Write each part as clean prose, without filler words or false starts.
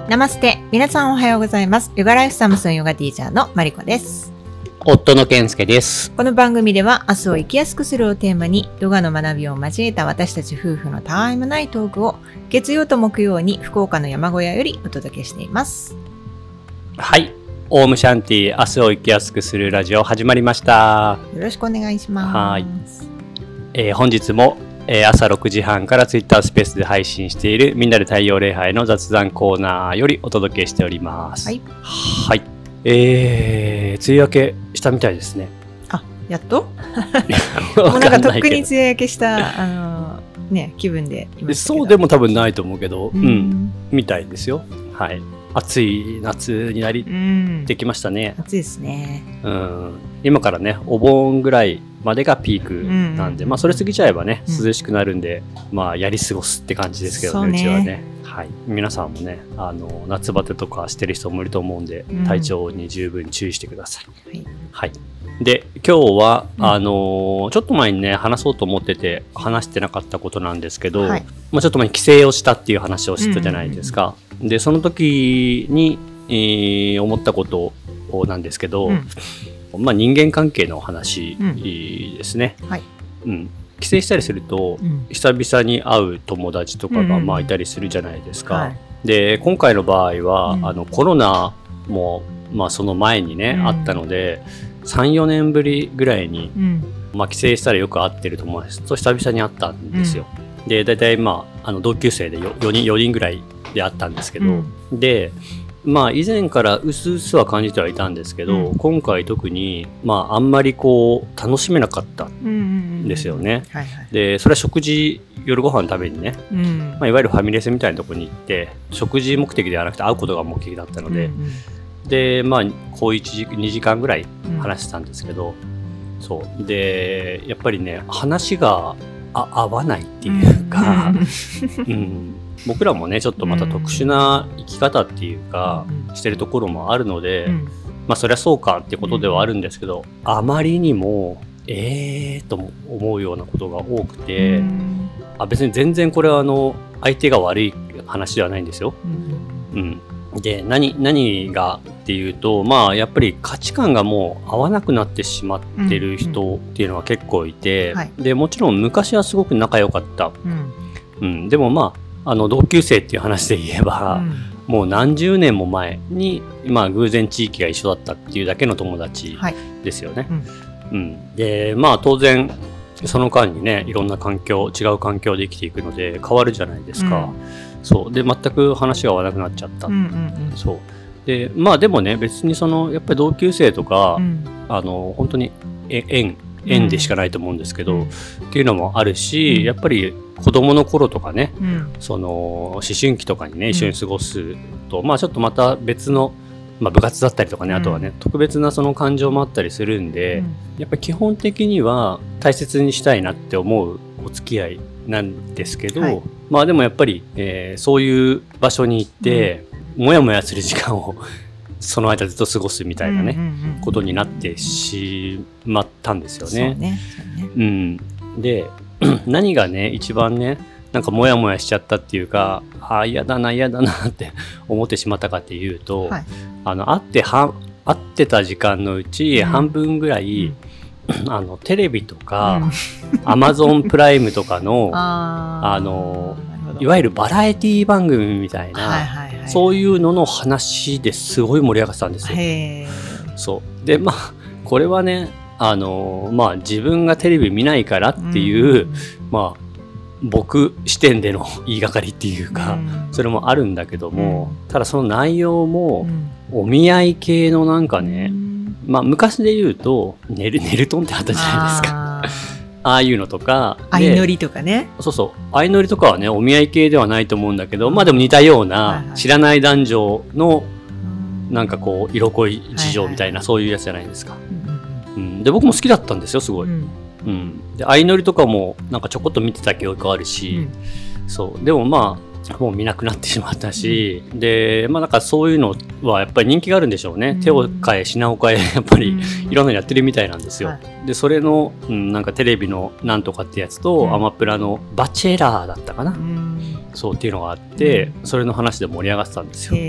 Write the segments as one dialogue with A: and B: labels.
A: ナマステ。皆さんおはようございます。ヨガライフサムスンヨガティーチャーのマリコです。
B: 夫の健介です。
A: この番組では明日を生きやすくするをテーマにヨガの学びを交えた私たち夫婦のたわいもないトークを月曜と木曜に福岡の山小屋よりお届けしています。
B: はい。オウムシャンティ、明日を生きやすくするラジオ始まりました。
A: よろしくお願いします。
B: はい。本日も朝6時半からツイッタースペースで配信しているみんなで太陽礼拝の雑談コーナーよりお届けしております。はい。はい。梅雨明けしたみたいですね。
A: あ、やっともうなんかとっくに梅雨明けした気分でいましたけど。
B: そうでも多分ないと思うけど、みたいですよ。はい。暑い夏になりてきましたね。
A: 暑いですね。
B: 今からねお盆ぐらいまでがピークなんで、それ過ぎちゃえばね涼しくなるんで、やり過ごすって感じですけどね、うちはね。はい、皆さんもね夏バテとかしてる人もいると思うんで、体調に十分注意してください。はい。で今日は、ちょっと前にね話そうと思ってて話してなかったことなんですけど、ちょっと前に帰省をしたっていう話をしたじゃないですか。でその時に、思ったことなんですけど、人間関係の話ですね。帰省したりすると、久々に会う友達とかがいたりするじゃないですか。で今回の場合は、コロナも、その前にね、あったので 3,4 年ぶりぐらいに、帰省したらよく会ってる友達と久々に会ったんですよ。で大体同級生で4人ぐらいで会ったんですけど、で以前からうすうすは感じてはいたんですけど、今回特にあんまり楽しめなかったんですよね。でそれは食事、夜ご飯食べにね、いわゆるファミレスみたいなところに行って食事目的ではなくて会うことが目的だったので、で2時間ぐらい話してたんですけど、そうでやっぱりね話が合わないっていうか、僕らもねちょっとまた特殊な生き方っていうか、してるところもあるので、そりゃそうかってことではあるんですけど、あまりにもと思うようなことが多くて、別に全然これは相手が悪い話ではないんですよ。で何がっていうと、やっぱり価値観がもう合わなくなってしまってる人っていうのは結構いて、でもちろん昔はすごく仲良かった、でも同級生っていう話で言えば、もう何十年も前に偶然地域が一緒だったっていうだけの友達ですよね。で当然その間にねいろんな違う環境で生きていくので変わるじゃないですか。そうで全く話が合わなくなっちゃった。そうででもね別にやっぱり同級生とか、本当に縁でしかないと思うんですけど、っていうのもあるし、やっぱり子供の頃とかね、思春期とかにね一緒に過ごすと、ちょっとまた別の、部活だったりとかね、あとはね特別なその感情もあったりするんで、やっぱり基本的には大切にしたいなって思うお付き合いなんですけど、でもやっぱり、そういう場所に行って、もやもやする時間をその間ずっと過ごすみたいなね、ことになってしまったんですよね。で何がね一番ねなんかモヤモヤしちゃったっていうか、嫌だなって思ってしまったかっていうと、会ってた時間のうち半分ぐらい、テレビとか、Amazon プライムとかのいわゆるバラエティ番組みたいな、そういうのの話ですごい盛り上がってたんですよ。そうでこれはね自分がテレビ見ないからっていう、僕視点での言いがかりっていうか、それもあるんだけども、ただその内容も、お見合い系のなんかね、昔で言うとネルトンってあったじゃないですか。ああいうのとか
A: 相乗りとかね。
B: 相乗りとかはねお見合い系ではないと思うんだけど、でも似たような、知らない男女のなんか色恋事情みたいな、そういうやつじゃないですか。で僕も好きだったんですよすごい。で相乗りとかもなんかちょこっと見てた記憶あるし、でももう見なくなってしまったし、でなんかそういうのはやっぱり人気があるんでしょうね。手を変え品を変えやっぱりいろんなのやってるみたいなんですよ。でそれの、なんかテレビのなんとかってやつと、アマプラのバチェラーだったかな、 そうっていうのがあって、それの話で盛り上がってたんですよ。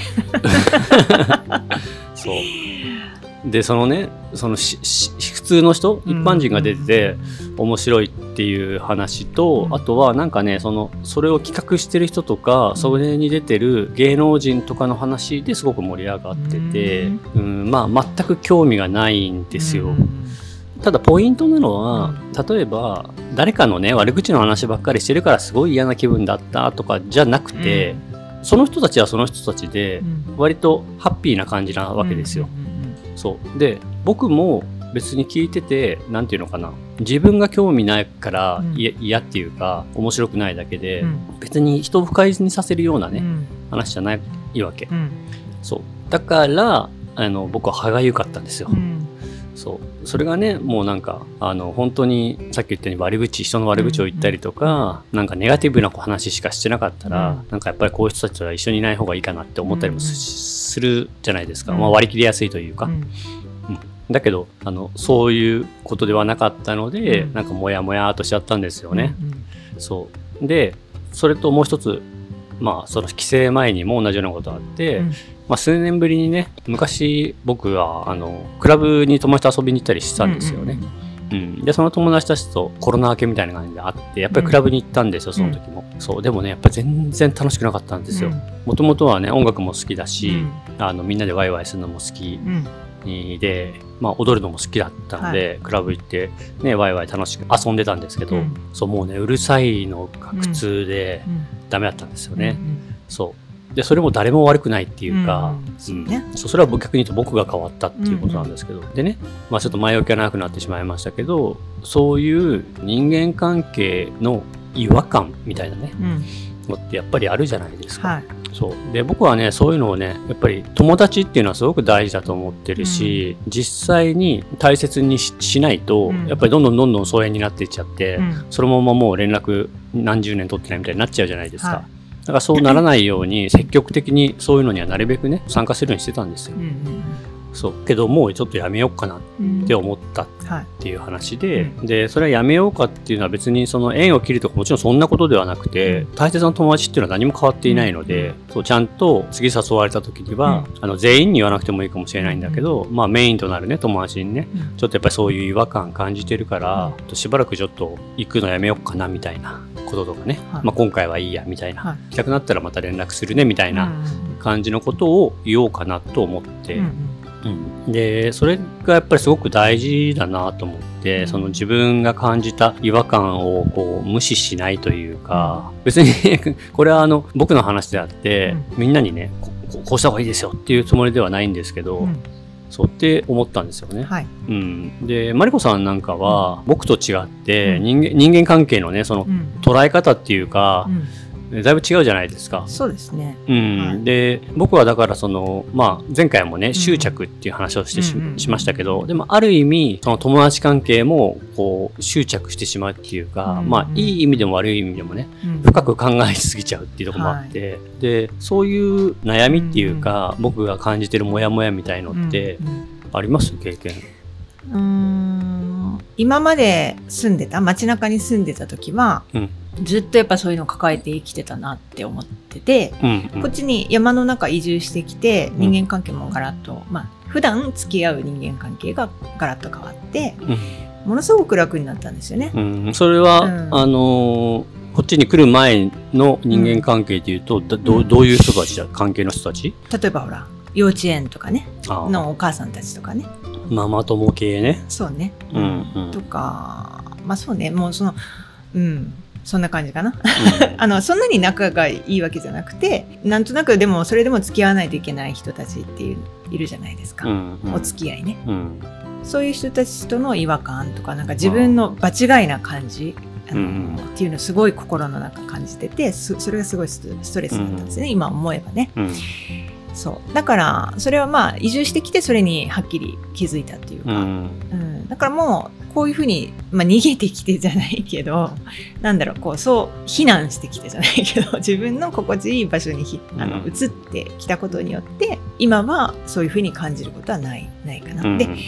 B: そうでそのね普通の人、一般人が出てて面白いっていう話と、あとはなんかねそれを企画してる人とか、それに出てる芸能人とかの話ですごく盛り上がってて、まあ全く興味がないんですよ。ただポイントなのは、例えば誰かのね悪口の話ばっかりしてるからすごい嫌な気分だったとかじゃなくて、その人たちはその人たちで割とハッピーな感じなわけですよ。そうで僕も別に聞いてて、なんていうのかな、自分が興味ないから嫌っていうか面白くないだけで、別に人を不快にさせるようなね、話じゃないわけ。そうだから僕は歯がゆかったんですよ。それがねもうなんか本当にさっき言ったように人の悪口を言ったりとか、なんかネガティブな話しかしてなかったら、なんかやっぱりこういう人たちとは一緒にいない方がいいかなって思ったりもするじゃないですか。まあ、割り切りやすいというか、だけどそういうことではなかったので、なんかモヤモヤっとしちゃったんですよね。そうでそれともう一つ、まあその帰省前にも同じようなことがあって、まあ、数年ぶりにね、昔僕はクラブに友達と遊びに行ったりしたんですよね。でその友達たちとコロナ明けみたいな感じで会って、やっぱりクラブに行ったんですよ、その時も。そうでもねやっぱり全然楽しくなかったんですよ。もともとはね音楽も好きだし、みんなでワイワイするのも好きで、まあ、踊るのも好きだったので、クラブ行ってねワイワイ楽しく遊んでたんですけど、そうもうねうるさいのが苦痛でダメだったんですよね。そうでそれも誰も悪くないっていうか、それは逆に言うと僕が変わったっていうことなんですけど、でね、まあ、ちょっと前置きが長くなってしまいましたけど、そういう人間関係の違和感みたいなね、のってやっぱりあるじゃないですか。そうで僕はねそういうのをねやっぱり友達っていうのはすごく大事だと思ってるし、実際に大切に しないと、やっぱりどんどん疎遠になっていっちゃって、そのままもう連絡何十年取ってないみたいになっちゃうじゃないですか。だからそうならないように積極的にそういうのにはなるべくね参加するようにしてたんですよ。そうけどもうちょっとやめようかなって思ったっていう話で、でそれはやめようかっていうのは別にその縁を切るとかもちろんそんなことではなくて、大切な友達っていうのは何も変わっていないので、そうちゃんと次誘われた時には、全員に言わなくてもいいかもしれないんだけど、まあメインとなるね友達にねちょっとやっぱりそういう違和感感じてるから、しばらくちょっと行くのやめようかなみたいなこととかね、まあ今回はいいやみたいな、行きたくなったらまた連絡するねみたいな感じのことを言おうかなと思って、でそれがやっぱりすごく大事だなと思って、その自分が感じた違和感をこう無視しないというか、別にこれは僕の話であって、みんなにねこうした方がいいですよっていうつもりではないんですけど、そうって思ったんですよね。でマリコさんなんかは僕と違って人間関係のねその捉え方っていうか、だいぶ違うじゃないですか。
A: そうですね。
B: で僕はだからまあ、前回もね執着っていう話をしましたけど、でもある意味その友達関係もこう執着してしまうっていうか、まあいい意味でも悪い意味でもね、深く考えすぎちゃうっていうところもあって、でそういう悩みっていうか、僕が感じてるモヤモヤみたいのってあります？経験。
A: 今まで街中に住んでた時は、ずっとやっぱそういうのを抱えて生きてたなって思ってて、こっちに山の中移住してきて人間関係もガラッと、まあ普段付き合う人間関係がガラッと変わって、ものすごく楽になったんですよね。
B: それは、こっちに来る前の人間関係でいうと、どういう人たち関係の人たち？例
A: えばほら幼稚園とかねのお母さんたちとかね、
B: ママ友系ね。
A: そうね、とか、まあそうね、もうそんな感じかな。そんなに仲がいいわけじゃなくて、なんとなくでもそれでも付き合わないといけない人たちっているじゃないですか、お付き合いね、そういう人たちとの違和感とか、なんか自分の場違いな感じっていうのをすごい心の中感じてて、それがすごいストレスだったんですね、今思えばね。そうだからそれはまあ移住してきてそれにはっきり気づいたっていうか、だからもうこういうふうに、まあ、逃げてきてじゃないけど、なんだろう、こうそう避難してきてじゃないけど、自分の心地いい場所に移ってきたことによって今はそういうふうに感じることはないかな。で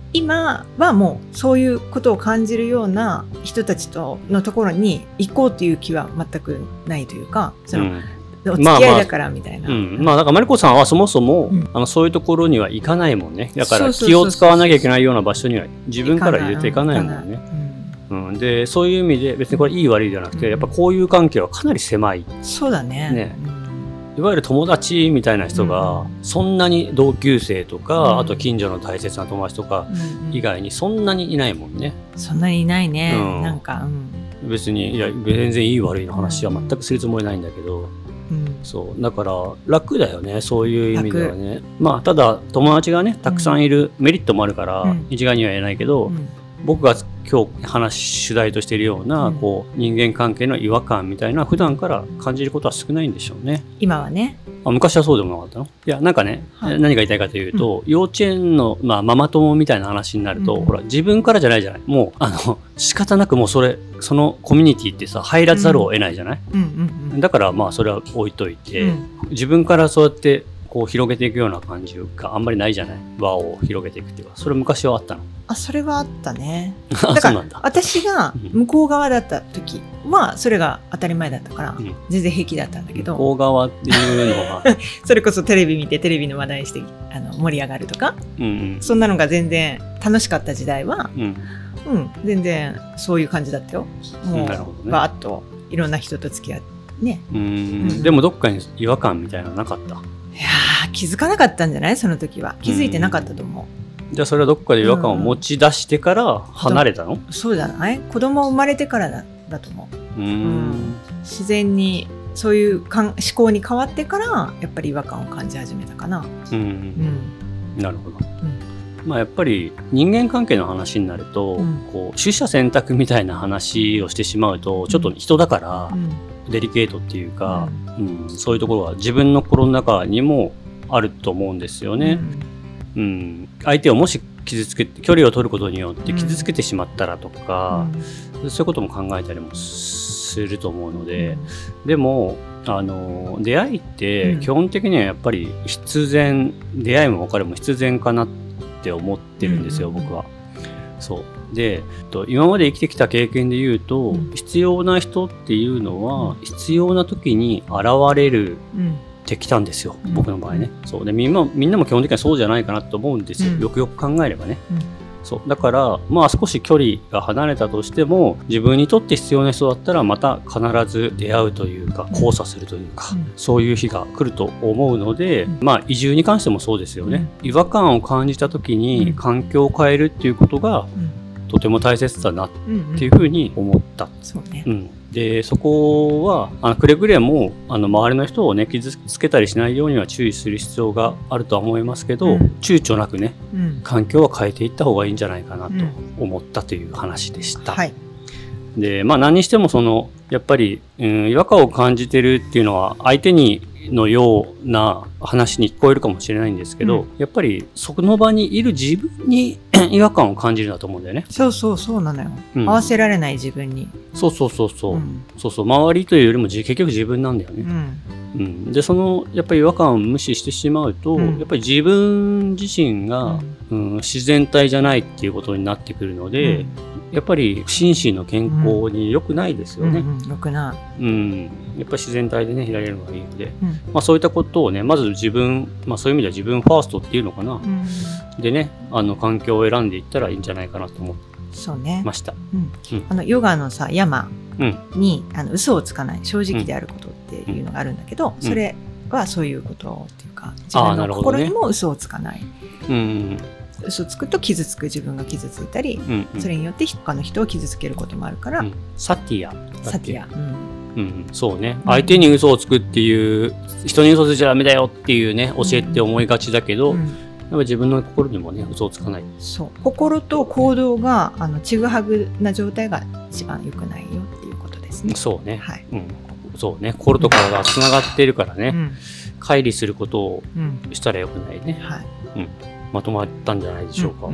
A: 今はもうそういうことを感じるような人たちのところに行こうという気は全くないというか、その、お付き合いだからみたいな。
B: だからマリコさんはそもそも、そういうところには行かないもんね。だから気を使わなきゃいけないような場所には自分から入れていかないもんね。でそういう意味で別にこれいい悪いじゃなくて、やっぱ交友関係はかなり狭い。
A: そうだね。
B: いわゆる友達みたいな人が、そんなに同級生とか、あと近所の大切な友達とか以外にそんなにいないもんね。
A: そんなにいないね。なんか、
B: 別にいや全然いい悪いの話は全くするつもりないんだけど、そうだから楽だよね、そういう意味ではね。ただ友達がねたくさんいるメリットもあるから、一概には言えないけど、僕が今日主題としているような、こう人間関係の違和感みたいな普段から感じることは少ないんでしょうね。
A: 今はね。
B: 昔はそうでもなかったの？いやなんかね、何が言いたいかというと、幼稚園の、ママ友みたいな話になると、ほら自分からじゃないじゃない。もう仕方なくもうそのコミュニティってさ入らざるを得ないじゃない。だからそれは置いといて、自分からそうやってこう広げていくような感じがあんまりないじゃない。輪を広げていくっていうか、それ昔はあったの？
A: それはあったね。だから私が向こう側だった時はそれが当たり前だったから、全然平気だったんだけど、
B: 向こう側っていうのは
A: それこそテレビ見てテレビの話題して盛り上がるとか、そんなのが全然楽しかった時代は、全然そういう感じだったよ。もうバーッといろんな人と付き合ってね。
B: でもどっかに違和感みたいなのなかった？
A: いや気づかなかったんじゃない？その時は気づいてなかったと思う。
B: じゃあそれはどっかで違和感を持ち出してから離れたの？
A: そうじゃない？子供生まれてからだと思う。自然にそういう思考に変わってからやっぱり違和感を感じ始めたかな。
B: なるほど。やっぱり人間関係の話になると、こう取捨選択みたいな話をしてしまうとちょっと人だから、デリケートっていうか、そういうところは自分の心の中にもあると思うんですよね。相手をもし傷つけて距離を取ることによって傷つけてしまったらとか、そういうことも考えたりもすると思うので、でも出会いって基本的にはやっぱり必然、出会いも別れも必然かなって思ってるんですよ、僕は。そうで今まで生きてきた経験で言うと、必要な人っていうのは必要な時に現れるってきたんですよ、僕の場合ね。そうでみんなも基本的にはそうじゃないかなと思うんですよ、よくよく考えればね。そうだから少し距離が離れたとしても自分にとって必要な人だったらまた必ず出会うというか交差するというか、そういう日が来ると思うので、移住に関してもそうですよね。違和感を感じた時に環境を変えるっていうことがとても大切だなっていうふうに思った。でそこはくれぐれも周りの人をね傷つけたりしないようには注意する必要があるとは思いますけど、躊躇なくね、環境は変えていった方がいいんじゃないかなと思ったという話でした。で何にしてもやっぱり、違和感を感じてるっていうのは相手のような話に聞こえるかもしれないんですけど、やっぱりその場にいる自分に違和感を感じるんだと思うんだよね。そうなのよ、合わせられない自分に。そう周りというよりも結局自分なんだよね。でやっぱり違和感を無視してしまうと、やっぱり自分自身が、自然体じゃないっていうことになってくるので、やっぱり心身の健康に良くないですよね。良くない。やっぱり自然体でねいられるのがいいので、そういったことをねまず自分、そういう意味では自分ファーストっていうのかな、でね環境を選んでいったらいいんじゃないかなと思ってました。
A: ヨガのさ山に嘘をつかない正直であることっていうのがあるんだけど、それはそういうことっていうか自分の心にも嘘をつかない。嘘つくと傷つく自分が傷ついたり、それによって他の人を傷つけることもあるから、サティア、そうね、相手に嘘をつくっていう人に嘘ついちゃダメだよっていうね教えって思いがちだけど、やっぱ自分の心にもね嘘をつかない。心と行動がちぐはぐな状態が一番良くないよっていうことですね。そうね、心と体がつながっているからね、乖離することをしたら良くないね。まとまったんじゃないでしょうか。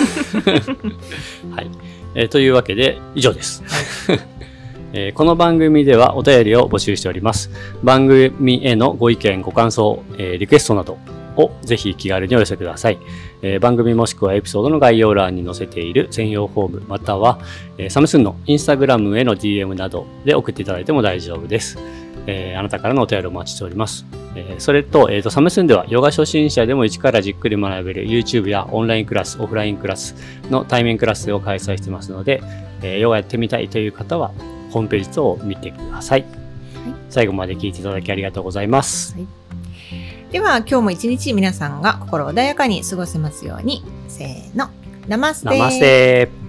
A: というわけで以上です。この番組ではお便りを募集しております。番組へのご意見ご感想、リクエストなど
B: をぜひ気軽にお寄せください。番組もしくはエピソードの概要欄に載せている専用フォーム、または、サムスンのインスタグラムへの DM などで送っていただいても大丈夫です。あなたからのお便りをお待ちしております。それと、サムスンではヨガ初心者でも一からじっくり学べる YouTube やオンラインクラス、オフラインクラスの対面クラスを開催していますので、ヨガやってみたいという方はホームページ等を見てください。はい、最後まで聞いていただきありがとうございます。はい、
A: では今日も一日皆さんが心穏やかに過ごせますように。せーの。ナマステ。
B: ナマステ。